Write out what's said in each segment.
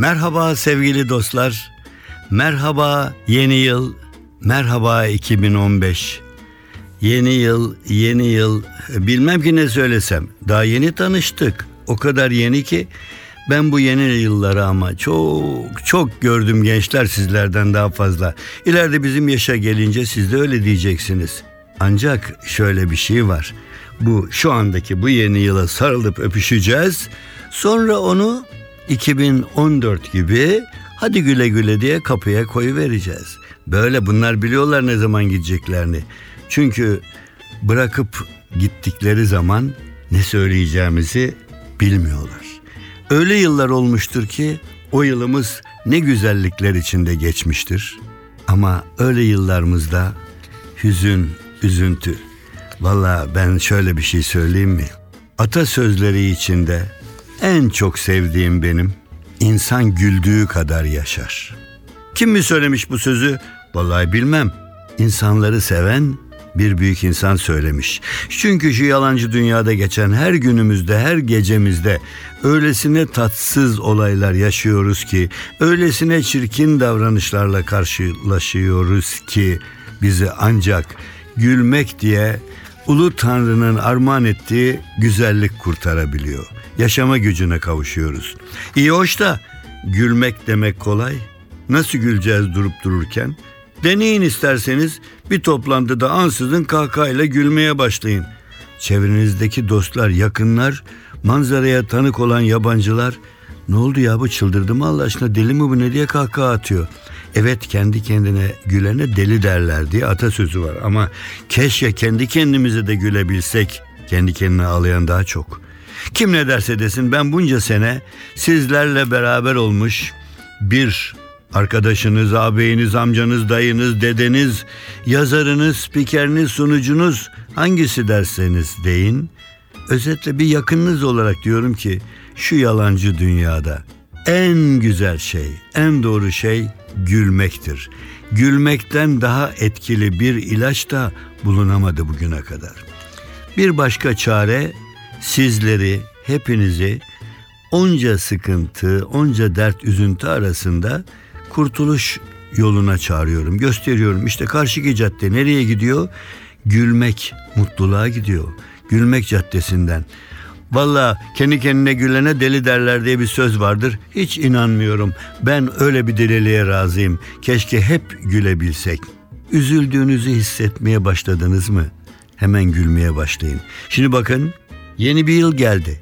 Merhaba sevgili dostlar, merhaba yeni yıl, merhaba 2015. Yeni yıl, bilmem ki ne söylesem. Daha yeni tanıştık, o kadar yeni ki ben bu yeni yılları ama çok gördüm gençler, sizlerden daha fazla. İleride bizim yaşa gelince siz de öyle diyeceksiniz. Ancak şöyle bir şey var, şu andaki bu yeni yıla sarılıp öpüşeceğiz, sonra onu 2014 gibi hadi güle güle diye kapıya koyuvereceğiz. Böyle, bunlar biliyorlar ne zaman gideceklerini. Çünkü bırakıp gittikleri zaman ne söyleyeceğimizi bilmiyorlar. Öyle yıllar olmuştur ki o yılımız ne güzellikler içinde geçmiştir. Ama öyle yıllarımızda hüzün, üzüntü. Vallahi ben şöyle bir şey söyleyeyim mi? Atasözleri içinde en çok sevdiğim benim, insan güldüğü kadar yaşar. Kim mi söylemiş bu sözü? Vallahi bilmem. İnsanları seven bir büyük insan söylemiş. Çünkü şu yalancı dünyada geçen her günümüzde, her gecemizde öylesine tatsız olaylar yaşıyoruz ki, öylesine çirkin davranışlarla karşılaşıyoruz ki bizi ancak gülmek diye Ulu Tanrı'nın armağan ettiği güzellik kurtarabiliyor. Yaşama gücüne kavuşuyoruz. İyi hoş da gülmek demek kolay. Nasıl güleceğiz durup dururken? Deneyin isterseniz, bir toplantıda ansızın kahkahayla gülmeye başlayın. Çevrenizdeki dostlar, yakınlar, manzaraya tanık olan yabancılar, ne oldu ya, bu çıldırdı mı Allah aşkına, deli mi bu, ne diye kahkaha atıyor? Evet, kendi kendine gülene deli derler diye atasözü var ama keşke kendi kendimize de gülebilsek. Kendi kendine ağlayan daha çok. Kim ne derse desin, ben bunca sene sizlerle beraber olmuş bir arkadaşınız, ağabeyiniz, amcanız, dayınız, dedeniz, yazarınız, spikeriniz, sunucunuz, hangisi derseniz deyin. Özetle bir yakınınız olarak diyorum ki şu yalancı dünyada en güzel şey, en doğru şey gülmektir. Gülmekten daha etkili bir ilaç da bulunamadı bugüne kadar. Bir başka çare, sizleri, hepinizi onca sıkıntı, onca dert, üzüntü arasında kurtuluş yoluna çağırıyorum, gösteriyorum. İşte karşıki cadde nereye gidiyor? Gülmek, mutluluğa gidiyor. Gülmek caddesinden. Vallahi kendi kendine gülene deli derler diye bir söz vardır. Hiç inanmıyorum. Ben öyle bir deliliğe razıyım. Keşke hep gülebilsek. Üzüldüğünüzü hissetmeye başladınız mı? Hemen gülmeye başlayın. Şimdi bakın, yeni bir yıl geldi.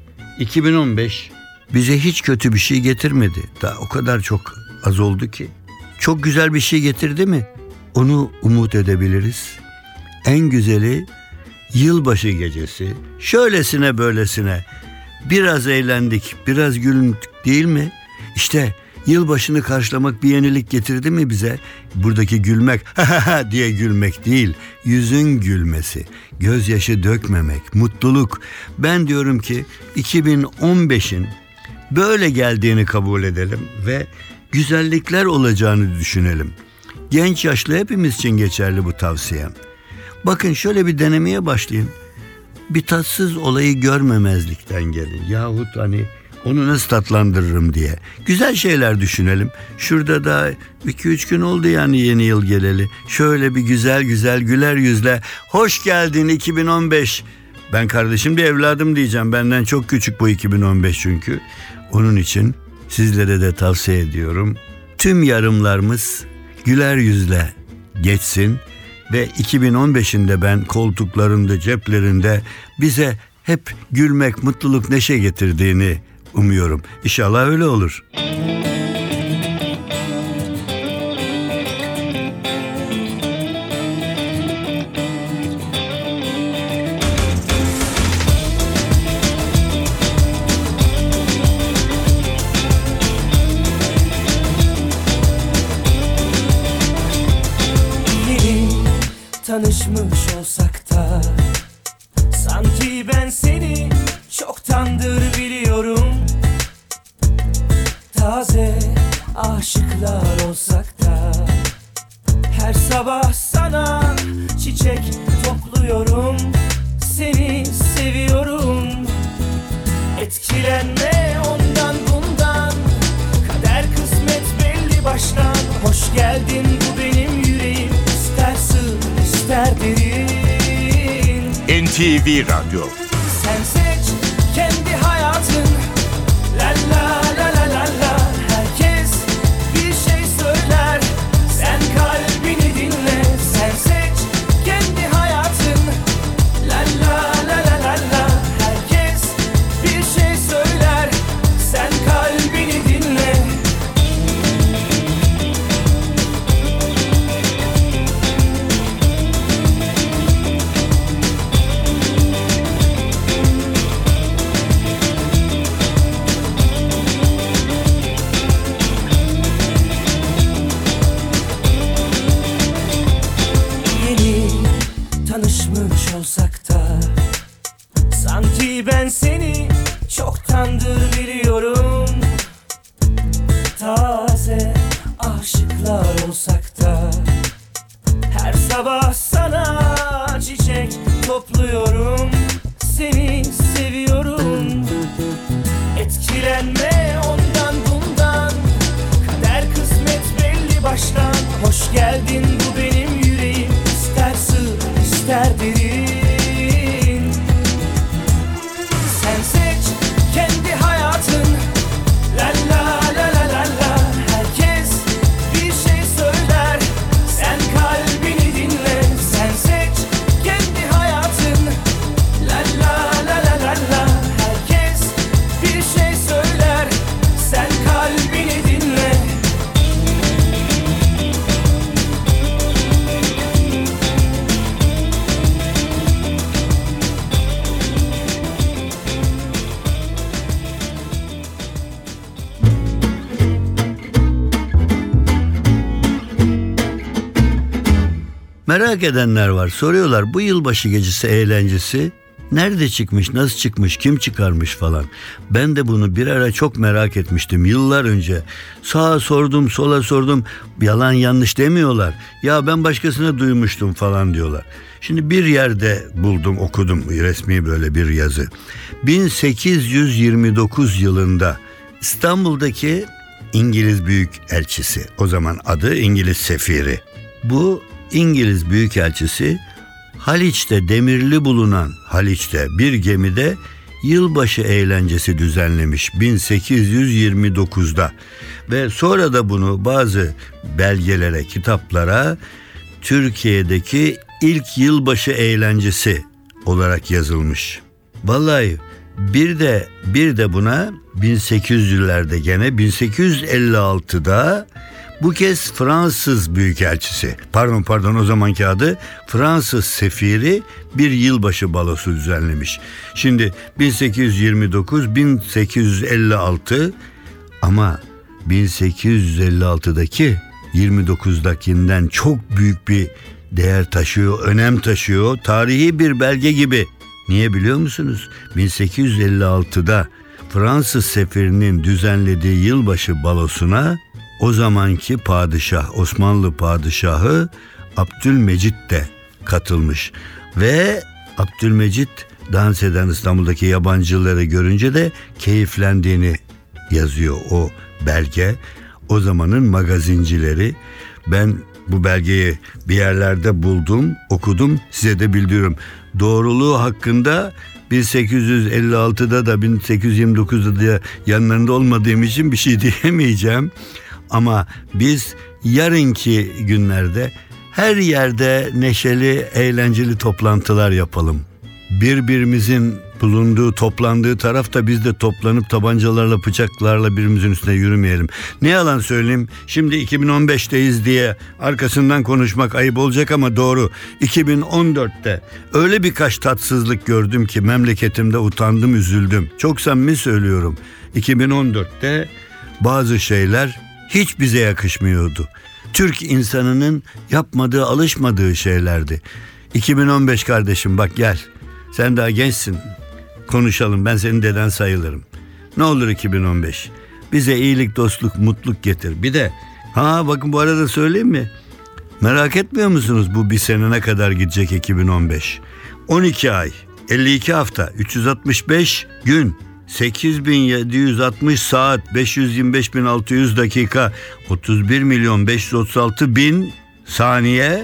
2015 bize hiç kötü bir şey getirmedi. Daha o kadar çok az oldu ki. Çok güzel bir şey getirdi mi? Onu umut edebiliriz. En güzeli yılbaşı gecesi. Şöylesine böylesine biraz eğlendik, biraz gülündük değil mi? İşte yılbaşını karşılamak bir yenilik getirdi mi bize? Buradaki gülmek diye gülmek değil, yüzün gülmesi, gözyaşı dökmemek, mutluluk. Ben diyorum ki 2015'in böyle geldiğini kabul edelim ve güzellikler olacağını düşünelim. Genç yaşlı hepimiz için geçerli bu tavsiyem. Bakın, şöyle bir denemeye başlayın. Bir tatsız olayı görmemezlikten gelin. Yahut hani onu nasıl tatlandırırım diye. Güzel şeyler düşünelim. Şurada da 2-3 gün oldu yani yeni yıl geleli. Şöyle bir güzel güler yüzle hoş geldin 2015. Ben kardeşim de evladım diyeceğim. Benden çok küçük bu 2015 çünkü. Onun için sizlere de tavsiye ediyorum. Tüm yarımlarımız güler yüzle geçsin ve 2015'in de ben koltuklarında, ceplerinde bize hep gülmek, mutluluk, neşe getirdiğini umuyorum. İnşallah öyle olur. Tanışmış olsak da sanki ben seni çoktandır biliyorum. Taze aşıklar olsak da her sabah sana çiçek topluyorum. Seni seviyorum. Etkilenme ondan bundan, kader NTV Radyo. Sen seç kendi hayatın. La la la la la la. Herkes bir şey söyler. Sen kalbini dinle. Sen seç kendi hayatın. La la la la la la. Herkes bir şey söyler. Sen kalbini dinle. Yeni tanışmış olsak da sanki ben seni çoktandır biliyorum. Taze aşıklar olsak da her sabah sana çiçek topluyorum. Seni seviyorum. Etkilenme ondan bundan. Kader kısmet belli baştan. Hoş geldin bu benim yüreğim. İster sır ister derin. Sen seç kendi hayatın. La la la la la la. Herkes bir şey söyler. Sen kalbini dinle. Sen seç kendi hayatın. La la la la la la. Herkes bir şey söyler. Sen kalbini dinle. Merak edenler var. Soruyorlar, bu yılbaşı gecesi eğlencesi nerede çıkmış, nasıl çıkmış, kim çıkarmış falan. Ben de bunu bir ara çok merak etmiştim yıllar önce. Sağa sordum, sola sordum. Yalan yanlış demiyorlar. Ya ben başkasına duymuştum falan diyorlar. Şimdi bir yerde buldum, okudum resmi böyle bir yazı. 1829 yılında İstanbul'daki İngiliz Büyükelçisi, o zaman adı İngiliz Sefiri. Bu İngiliz Büyükelçisi Haliç'te demirli bulunan Haliç'te bir gemide yılbaşı eğlencesi düzenlemiş 1829'da ve sonra da bunu bazı belgelere, kitaplara Türkiye'deki ilk yılbaşı eğlencesi olarak yazılmış. Vallahi bir de buna 1800'lerde gene 1856'da bu kez Fransız Büyükelçisi, pardon o zamanki adı Fransız Sefiri bir yılbaşı balosu düzenlemiş. Şimdi 1829, 1856 ama 1856'daki 29'dakinden çok büyük bir değer taşıyor, önem taşıyor. Tarihi bir belge gibi. Niye biliyor musunuz? 1856'da Fransız Sefiri'nin düzenlediği yılbaşı balosuna o zamanki padişah, Osmanlı padişahı Abdülmecit de katılmış. Ve Abdülmecit dans eden İstanbul'daki yabancıları görünce de keyiflendiğini yazıyor o belge. O zamanın magazincileri. Ben bu belgeyi bir yerlerde buldum, okudum, size de bildiriyorum. Doğruluğu hakkında 1856'da da 1829'da da yanlarında olmadığım için bir şey diyemeyeceğim. Ama biz yarınki günlerde her yerde neşeli, eğlenceli toplantılar yapalım. Birbirimizin toplandığı tarafta biz de toplanıp tabancalarla, bıçaklarla birbirimizin üstüne yürümeyelim. Ne yalan söyleyeyim, şimdi 2015'teyiz diye arkasından konuşmak ayıp olacak ama doğru. 2014'te öyle birkaç tatsızlık gördüm ki memleketimde utandım, üzüldüm. Çok samimi söylüyorum. 2014'te bazı şeyler hiç bize yakışmıyordu. Türk insanının yapmadığı, alışmadığı şeylerdi. 2015 kardeşim, bak gel. Sen daha gençsin. Konuşalım, ben senin deden sayılırım. Ne olur 2015. Bize iyilik, dostluk, mutluluk getir. Bir de bakın bu arada söyleyeyim mi? Merak etmiyor musunuz bu bir sene ne kadar gidecek 2015? 12 ay, 52 hafta, 365 gün, 8760 saat, 525.600 dakika, 31.536.000 saniye,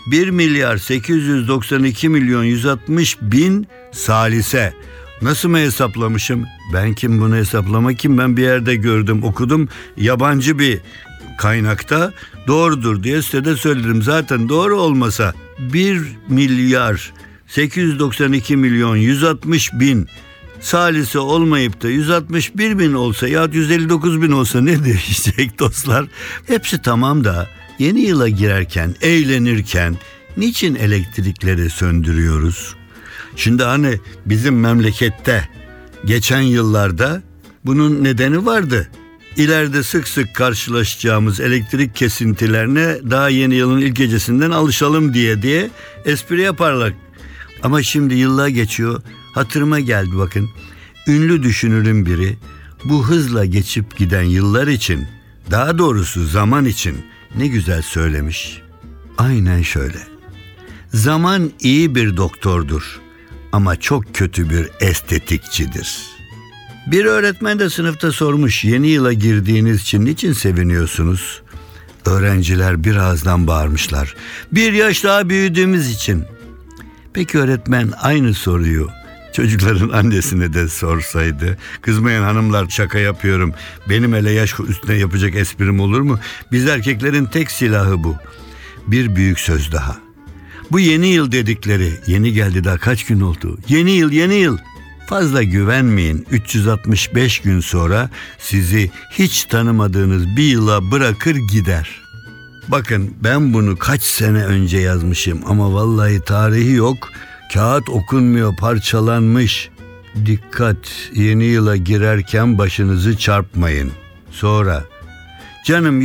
1 milyar 892 milyon 160 bin salise. Nasıl mı hesaplamışım? Ben kim, bunu hesaplama kim? Ben bir yerde gördüm, okudum. Yabancı bir kaynakta doğrudur diye size de söyledim. Zaten doğru olmasa 1 milyar 892 milyon 160 bin salise olmayıp da 161 bin olsa ya 159 bin olsa ne değişecek dostlar? Hepsi tamam da yeni yıla girerken, eğlenirken niçin elektrikleri söndürüyoruz? Şimdi hani bizim memlekette geçen yıllarda bunun nedeni vardı. İleride sık sık karşılaşacağımız elektrik kesintilerine daha yeni yılın ilk gecesinden alışalım diye espri yaparlar. Ama şimdi yıllar geçiyor, hatırıma geldi bakın. Ünlü düşünürün biri bu hızla geçip giden yıllar için, daha doğrusu zaman için ne güzel söylemiş. Aynen şöyle. Zaman iyi bir doktordur ama çok kötü bir estetikçidir. Bir öğretmen de sınıfta sormuş, yeni yıla girdiğiniz için niçin seviniyorsunuz? Öğrenciler bir ağızdan bağırmışlar. 1 yaş daha büyüdüğümüz için. Peki öğretmen aynı soruyu çocukların annesine de sorsaydı? Kızmayan hanımlar, şaka yapıyorum. Benim hele yaş üstüne yapacak esprim olur mu? Biz erkeklerin tek silahı bu. Bir büyük söz daha. Bu yeni yıl dedikleri, yeni geldi daha kaç gün oldu? Yeni yıl. Fazla güvenmeyin. 365 gün sonra sizi hiç tanımadığınız bir yıla bırakır gider. Bakın ben bunu kaç sene önce yazmışım ama vallahi tarihi yok. Kağıt okunmuyor, parçalanmış. Dikkat, yeni yıla girerken başınızı çarpmayın. Sonra, canım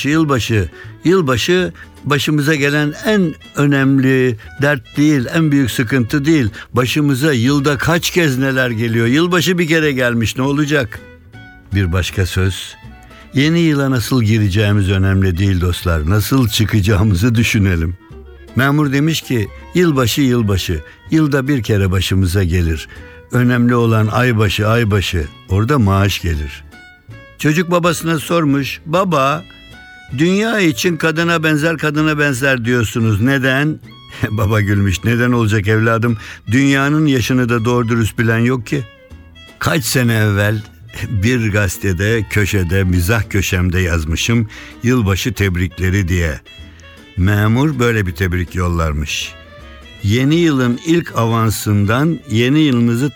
yılbaşı başımıza gelen en önemli dert değil, en büyük sıkıntı değil. Başımıza yılda kaç kez neler geliyor? Yılbaşı bir kere gelmiş, ne olacak? Bir başka söz, yeni yıla nasıl gireceğimiz önemli değil dostlar. Nasıl çıkacağımızı düşünelim. Memur demiş ki, yılbaşı, yılda bir kere başımıza gelir. Önemli olan aybaşı, orada maaş gelir. Çocuk babasına sormuş, baba, dünya için kadına benzer diyorsunuz. Neden? Baba gülmüş. Neden olacak evladım? Dünyanın yaşını da doğru dürüst bilen yok ki. Kaç sene evvel bir gazetede, köşede, mizah köşemde yazmışım yılbaşı tebrikleri diye. Memur böyle bir tebrik yollarmış. Yeni yılın ilk avansından yeni yılınızı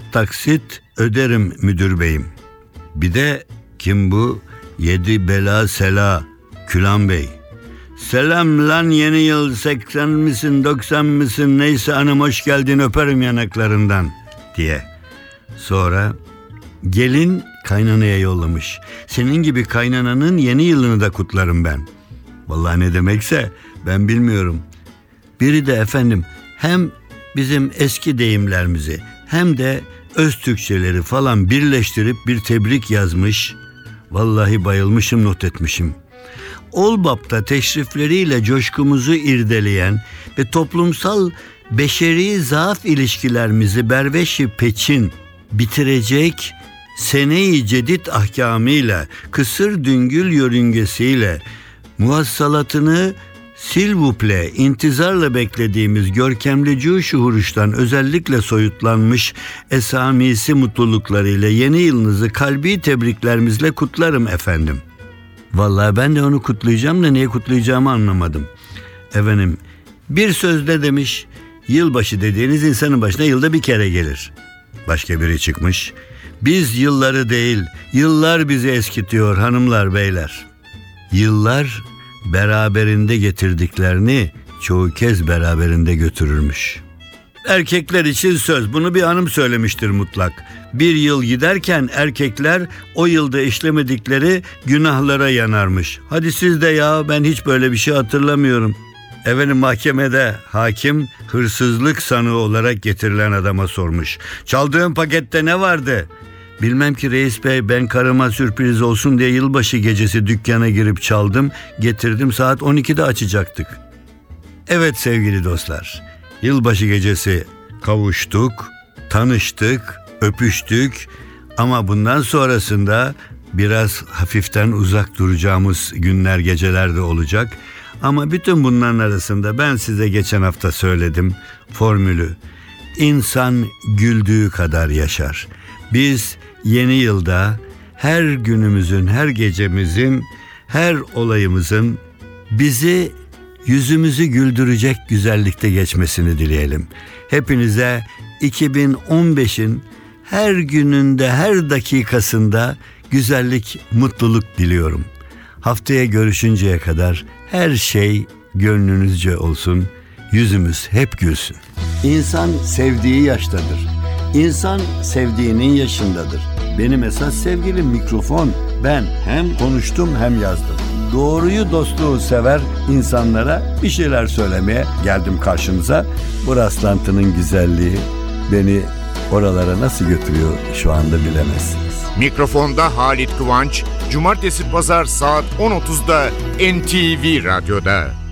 taksit öderim müdür beyim. Bir de kim bu? 7 bela sela Külan Bey. Selam lan yeni yıl, 80 misin 90 misin neyse hanım, hoş geldin, öperim yanaklarından diye. Sonra gelin kaynanaya yollamış. Senin gibi kaynananın yeni yılını da kutlarım ben. Vallahi ne demekse ben bilmiyorum. Biri de efendim hem bizim eski deyimlerimizi hem de öz Türkçeleri falan birleştirip bir tebrik yazmış. Vallahi bayılmışım, not etmişim. Olbap'ta teşrifleriyle coşkumuzu irdeleyen ve toplumsal beşeri zaaf ilişkilerimizi berveşi peçin bitirecek sene-i cedid ahkamıyla, kısır düngül yörüngesiyle, muhassalatını silvuple, intizarla beklediğimiz görkemli cuşu-huruştan özellikle soyutlanmış esamisi mutluluklarıyla yeni yılınızı kalbi tebriklerimizle kutlarım efendim. Vallahi ben de onu kutlayacağım da niye kutlayacağımı anlamadım. Efendim, bir sözde demiş, yılbaşı dediğiniz insanın başına yılda bir kere gelir. Başka biri çıkmış, biz yılları değil, yıllar bizi eskitiyor hanımlar beyler. Yıllar beraberinde getirdiklerini çoğu kez beraberinde götürürmüş. Erkekler için söz, bunu bir hanım söylemiştir mutlak. Bir yıl giderken erkekler o yılda işlemedikleri günahlara yanarmış. Hadi siz de ya, ben hiç böyle bir şey hatırlamıyorum. Efendim, mahkemede hakim hırsızlık sanığı olarak getirilen adama sormuş. Çaldığın pakette ne vardı? Bilmem ki reis bey, ben karıma sürpriz olsun diye yılbaşı gecesi dükkana girip çaldım, getirdim, saat 12'de açacaktık. Evet sevgili dostlar, yılbaşı gecesi kavuştuk, tanıştık, öpüştük ama bundan sonrasında biraz hafiften uzak duracağımız günler, geceler de olacak. Ama bütün bunların arasında ben size geçen hafta söyledim formülü. İnsan güldüğü kadar yaşar. Biz yeni yılda her günümüzün, her gecemizin, her olayımızın bizi, yüzümüzü güldürecek güzellikte geçmesini dileyelim. Hepinize 2015'in her gününde, her dakikasında güzellik, mutluluk diliyorum. Haftaya görüşünceye kadar her şey gönlünüzce olsun, yüzümüz hep gülsün. İnsan sevdiği yaştadır. İnsan sevdiğinin yaşındadır. Benim esas sevgilim mikrofon. Ben hem konuştum hem yazdım. Doğruyu, dostluğu sever insanlara bir şeyler söylemeye geldim karşınıza. Bu rastlantının güzelliği beni oralara nasıl götürüyor şu anda bilemezsiniz. Mikrofonda Halit Kıvanç, Cumartesi Pazar saat 10.30'da NTV Radyo'da.